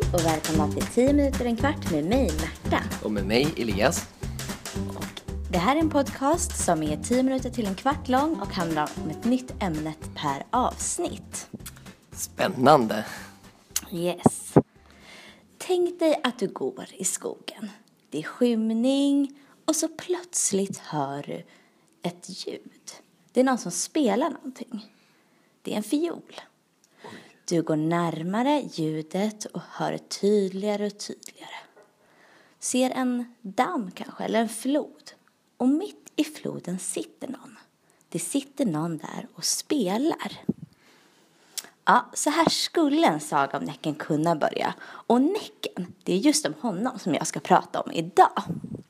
och välkomna till 10 minuter en kvart med mig, Märta. Och med mig, Elias. Och det här är en podcast som är 10 minuter till en kvart lång och handlar om ett nytt ämne per avsnitt. Spännande. Yes. Tänk dig att du går i skogen. Det är skymning och så plötsligt hör du ett ljud. Det är någon som spelar någonting. Det är en fiol. Du går närmare ljudet och hör tydligare och tydligare. Ser en damm kanske, eller en flod. Och mitt i floden sitter någon. Det sitter någon där och spelar. Ja, så här skulle en saga om Näcken kunna börja. Och Näcken, det är just om honom som jag ska prata om idag.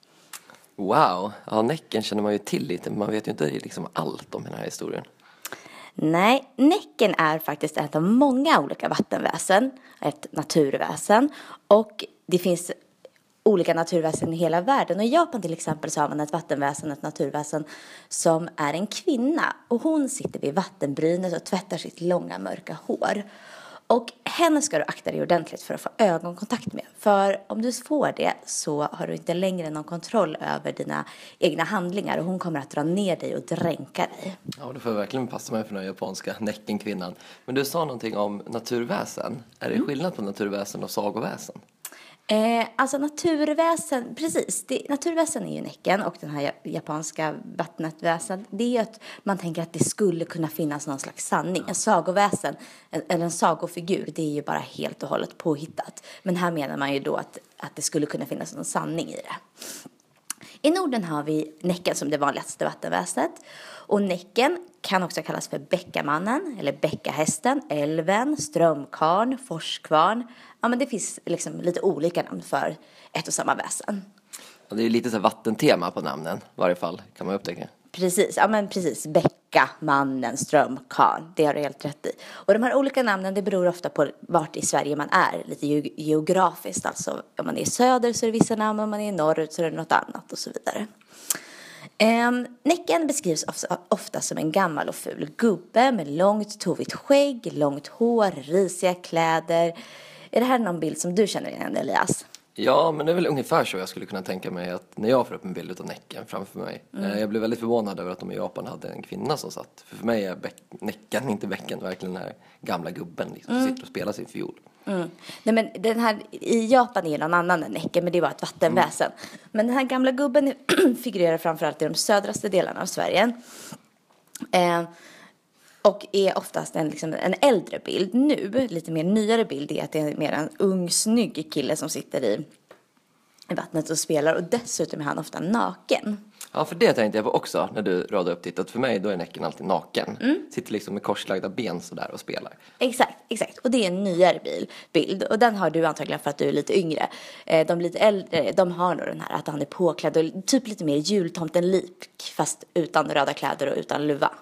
Wow, ja, Näcken känner man ju till lite, men man vet ju inte liksom allt om den här historien. Nej, Näcken är faktiskt ett av många olika vattenväsen, ett naturväsen. Och det finns olika naturväsen i hela världen. Och i Japan till exempel så har man ett vattenväsen, ett naturväsen som är en kvinna. Och hon sitter vid vattenbrynet och tvättar sitt långa mörka hår. Och henne ska du akta dig ordentligt för att få ögonkontakt med. För om du får det så har du inte längre någon kontroll över dina egna handlingar. Och hon kommer att dra ner dig och dränka dig. Ja, då får jag verkligen passa mig för den japanska Näckenkvinnan. Men du sa någonting om naturväsen. Är det skillnad på naturväsen och sagoväsen? Alltså naturväsen, precis. Naturväsen är ju Näcken och den här japanska vattnetväsen. Det är ju att man tänker att det skulle kunna finnas någon slags sanning. En sagoväsen, eller en sagofigur, det är ju bara helt och hållet påhittat. Men här menar man ju då att det skulle kunna finnas någon sanning i det. I Norden har vi Näcken som det vanligaste vattenväsendet. Och Näcken kan också kallas för bäckamannen, eller bäckahästen, älven, strömkarn, forskvarn. Ja, men det finns liksom lite olika namn för ett och samma väsen. Ja, det är ju lite så här vattentema på namnen, i varje fall, kan man upptäcka. Precis, ja men precis. Bäckamannen, strömkarn, det har du helt rätt i. Och de här olika namnen, det beror ofta på vart i Sverige man är, lite geografiskt. Alltså om man är i söder så är det vissa namn, om man är i norrut så är det något annat och så vidare. Näcken beskrivs ofta som en gammal och ful gubbe med långt tovigt skägg, långt hår, risiga kläder. Är det här någon bild som du känner igen, Elias? Ja, men det är väl ungefär så jag skulle kunna tänka mig att när jag får upp en bild av Näcken framför mig. Jag blev väldigt förvånad över att de i Japan hade en kvinna som satt. För mig är Näcken, inte bäcken, verkligen den här gamla gubben liksom, som sitter och spelar sin fiol. Nej, men den här, i Japan är någon annan än Näcken, men det var ett vattenväsen. Men den här gamla gubben figurerar framförallt i de södraste delarna av Sverige. Och är oftast en äldre bild. Nu, lite mer nyare bild, är att det är mer en ung, snygg kille som sitter i vattnet och spelar. Och dessutom är han ofta naken. Ja, för det tänkte jag på också när du radade upp det. Att för mig då är Näcken alltid naken. Sitter liksom med korslagda ben sådär och spelar. Exakt. Och det är en nyare bild. Och den har du antagligen för att du är lite yngre. De lite äldre, de har nog den här att han är påklädd och typ lite mer jultomten-lik. Fast utan röda kläder och utan luva.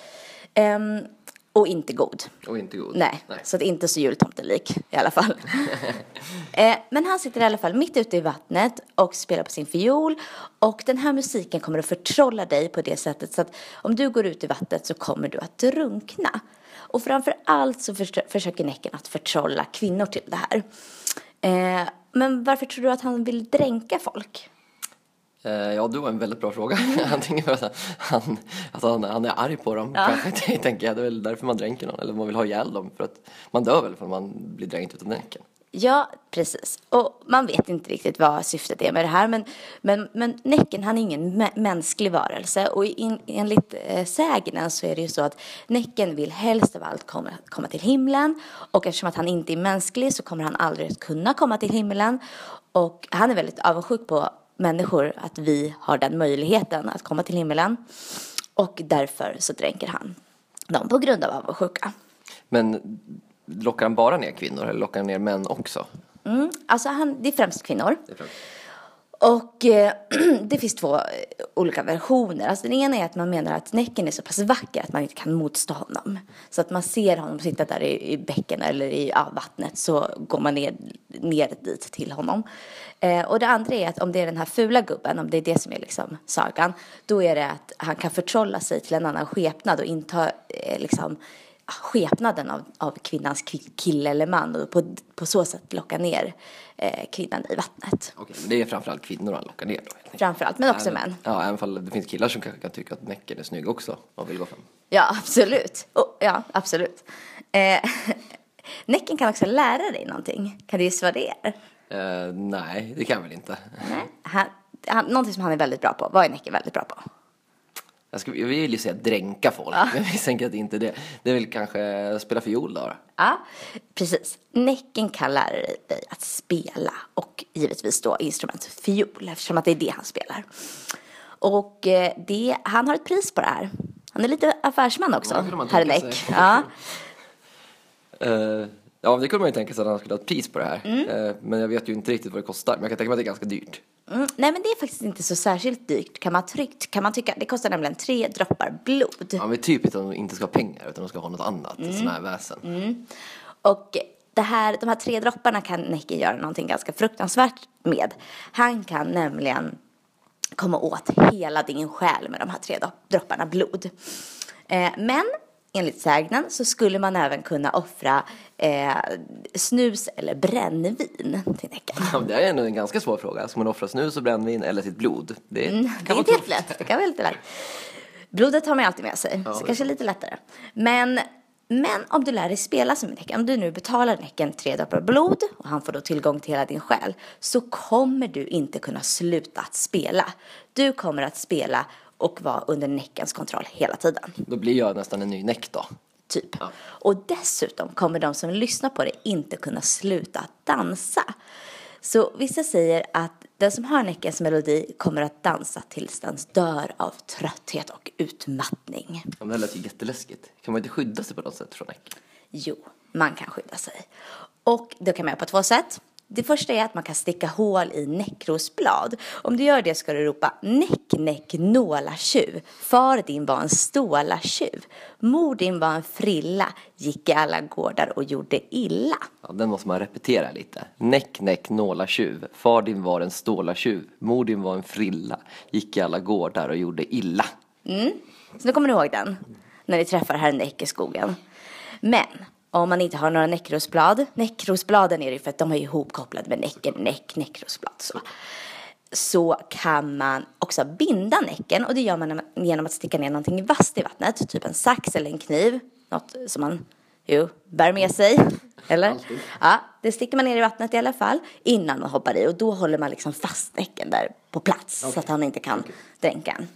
Och inte god. Nej, så att inte så jultomtelik i alla fall. Men han sitter i alla fall mitt ute i vattnet och spelar på sin fiol. Och den här musiken kommer att förtrolla dig på det sättet så att om du går ut i vattnet så kommer du att drunkna. Och framför allt så försöker Näcken att förtrolla kvinnor till det här. Men varför tror du att han vill dränka folk? Ja, det var en väldigt bra fråga. Antingen för att han är arg på dem. Ja. Kanske, tänker jag. Det är väl därför man dränker någon. Eller man vill ha ihjäl dem. För att man dör väl för att man blir dränkt utav Näcken. Ja, precis. Och man vet inte riktigt vad syftet är med det här. Men Näcken, han är ingen mänsklig varelse. Och enligt sägnen så är det ju så att Näcken vill helst av allt komma till himlen. Och eftersom att han inte är mänsklig så kommer han aldrig att kunna komma till himlen. Och han är väldigt avundsjuk på människor att vi har den möjligheten att komma till himlen. Och därför så dränker han dem på grund av avundsjuka. Men lockar han bara ner kvinnor eller lockar han ner män också? Alltså det är främst kvinnor. Och det finns två olika versioner. Alltså den ena är att man menar att Näcken är så pass vacker att man inte kan motstå honom. Så att man ser honom sitta där i bäcken eller i vattnet så går man ner dit till honom. Och det andra är att om det är den här fula gubben, om det är det som är liksom sagan, då är det att han kan förtrolla sig till en annan skepnad och inta liksom skepnaden av kvinnans kille eller man och på så sätt locka ner kvinnan i vattnet. Okej, men det är framförallt kvinnor han lockar ner då? Framförallt, men också män. Ja, även om det finns killar som kanske kan tycka att Näcken är snygg också och vill gå fram. Ja, absolut. Ja, absolut. Näcken kan också lära dig någonting. Kan du gissa vad det är? Nej, det kan jag väl inte. Nej. Någonting som han är väldigt bra på. Vad är Näcken väldigt bra på? Jag vill ju säga dränka folk, men jag tänker att det inte är det. Det är väl kanske spela fiol då? Ja, precis. Näcken kan lära dig att spela och givetvis då instrumentet fiol eftersom att det är det han spelar. Och han har ett pris på det här. Han är lite affärsman också, herr Näck. Ja. Ja, det kunde man ju tänka sig att han skulle ha ett pris på det här. Men jag vet ju inte riktigt vad det kostar. Men jag kan tänka mig att det är ganska dyrt. Nej, men det är faktiskt inte så särskilt dyrt kan man tycka. Det kostar nämligen 3 droppar blod. Ja, men typiskt att de inte ska ha pengar utan de ska ha något annat. Sådana här väsen. Och de här 3 dropparna kan Näcken göra någonting ganska fruktansvärt med. Han kan nämligen komma åt hela din själ med de här 3 dropparna blod. Men enligt sägnen så skulle man även kunna offra snus eller brännvin till Näcken. Ja, det är ändå en ganska svår fråga. Ska man offra snus och brännvin eller sitt blod? Det är inte helt lätt. Det kan vara lite lätt. Blodet har man alltid med sig. Så kanske lite lättare. Men om du lär dig spela som en Näcken, om du nu betalar Näcken 3 droppar blod och han får då tillgång till hela din själ, så kommer du inte kunna sluta att spela. Du kommer att spela och vara under Näckens kontroll hela tiden. Då blir jag nästan en ny Näck då. Typ. Ja. Och dessutom kommer de som lyssnar på det inte kunna sluta att dansa. Så vissa säger att den som hör Näckens melodi kommer att dansa tills den dör av trötthet och utmattning. Ja, men det lät ju jätteläskigt. Kan man inte skydda sig på något sätt från Näcken? Jo, man kan skydda sig. Och det kan man göra på 2 sätt. Det första är att man kan sticka hål i näckrosblad. Om du gör det ska du ropa näck, näck, nåla, tjuv. Far din var en ståla tjuv. Mor din var en frilla, gick i alla gårdar och gjorde illa. Ja, den måste man repetera lite. Näck, näck, nåla, tjuv. Far din var en ståla tjuv. Mor din var en frilla, gick i alla gårdar och gjorde illa. Så nu kommer du ihåg den när ni träffar herr Näck i skogen. Men om man inte har några näckrosbladen är det ju för att de är ihopkopplade med näckrosblad. Så kan man också binda Näcken, och det gör man genom att sticka ner någonting vasst i vattnet, typ en sax eller en kniv, något som man bär med sig, eller? Ja, det sticker man ner i vattnet i alla fall innan man hoppar i, och då håller man liksom fast Näcken där på plats så att han inte kan dränka en.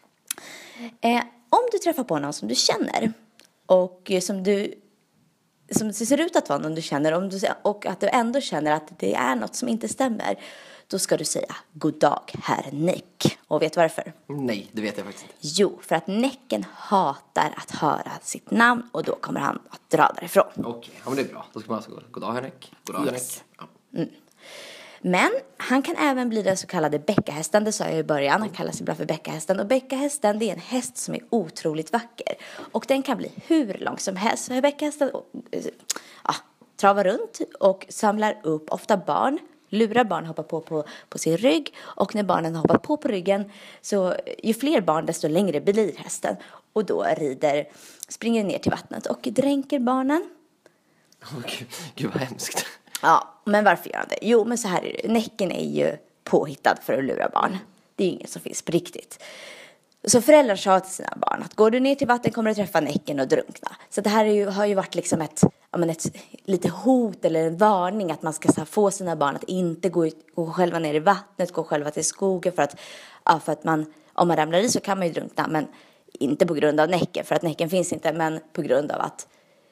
Om du träffar på någon som du känner och som ser ut att vara någon du känner, och att du ändå känner att det är något som inte stämmer, då ska du säga god dag herr Näck. Och vet du varför? Nej, det vet jag faktiskt inte. Jo, för att Näcken hatar att höra sitt namn, och då kommer han att dra därifrån. Okej, ja, men det är bra. Då ska man alltså gå god dag herr Näck. God dag herr Näck. Ja. Men han kan även bli den så kallade bäckahästen, det sa jag i början. Han kallas ibland för bäckahästen. Och bäckahästen, det är en häst som är otroligt vacker. Och den kan bli hur lång som helst. Så bäckahästen travar runt och samlar upp ofta barn. Lurar barn hoppa på sin rygg. Och när barnen har hoppat på ryggen, så ju fler barn desto längre blir hästen. Och då springer ner till vattnet och dränker barnen. Gud vad hemskt. Ja, men varför gör han det? Jo, men så här är det. Näcken är ju påhittad för att lura barn. Det är ju inget som finns på riktigt. Så föräldrar sa till sina barn att går du ner till vatten kommer du träffa Näcken och drunkna. Så det här har ju varit liksom ett lite hot eller en varning att man ska få sina barn att inte gå själva ner i vattnet, gå själva till skogen för att om man ramlar i så kan man ju drunkna, men inte på grund av Näcken, för att Näcken finns inte, men på grund av att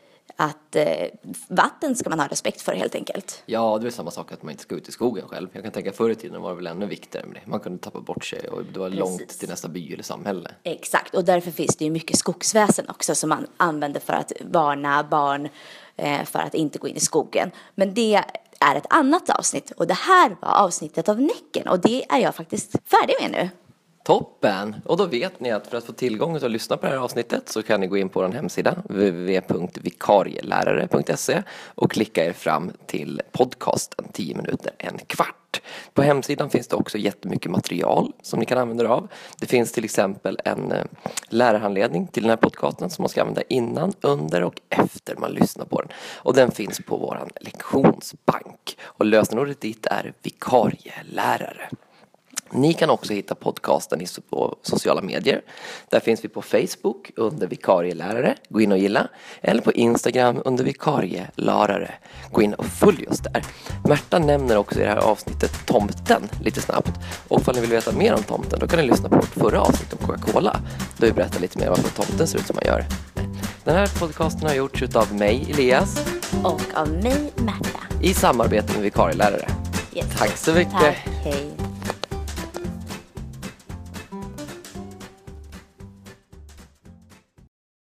vatten ska man ha respekt för helt enkelt. Ja, det är samma sak att man inte ska ut i skogen själv. Jag kan tänka förr i tiden var det väl ännu viktigare med det. Man kunde tappa bort sig och det var långt till nästa by eller samhälle. Exakt, och därför finns det ju mycket skogsväsen också som man använder för att varna barn för att inte gå in i skogen. Men det är ett annat avsnitt, och det här var avsnittet av Näcken, och det är jag faktiskt färdig med nu. Toppen! Och då vet ni att för att få tillgång till att lyssna på det här avsnittet så kan ni gå in på vår hemsida www.vikarielärare.se och klicka er fram till podcasten 10 minuter, en kvart. På hemsidan finns det också jättemycket material som ni kan använda er av. Det finns till exempel en lärarhandledning till den här podcasten som man ska använda innan, under och efter man lyssnar på den. Och den finns på vår lektionsbank. Och lösenordet dit är vikarielärare. Ni kan också hitta podcasten på sociala medier. Där finns vi på Facebook under vikarielärare. Gå in och gilla. Eller på Instagram under vikarielärare. Gå in och följ oss där. Märta nämner också i det här avsnittet tomten lite snabbt. Och om ni vill veta mer om tomten då kan ni lyssna på vårt förra avsnitt om Coca-Cola. Då vi berättar lite mer om varför tomten ser ut som man gör. Den här podcasten har gjorts av mig, Elias. Och av mig, Märta. I samarbete med vikarielärare. Yes. Tack så mycket. Tack, hej.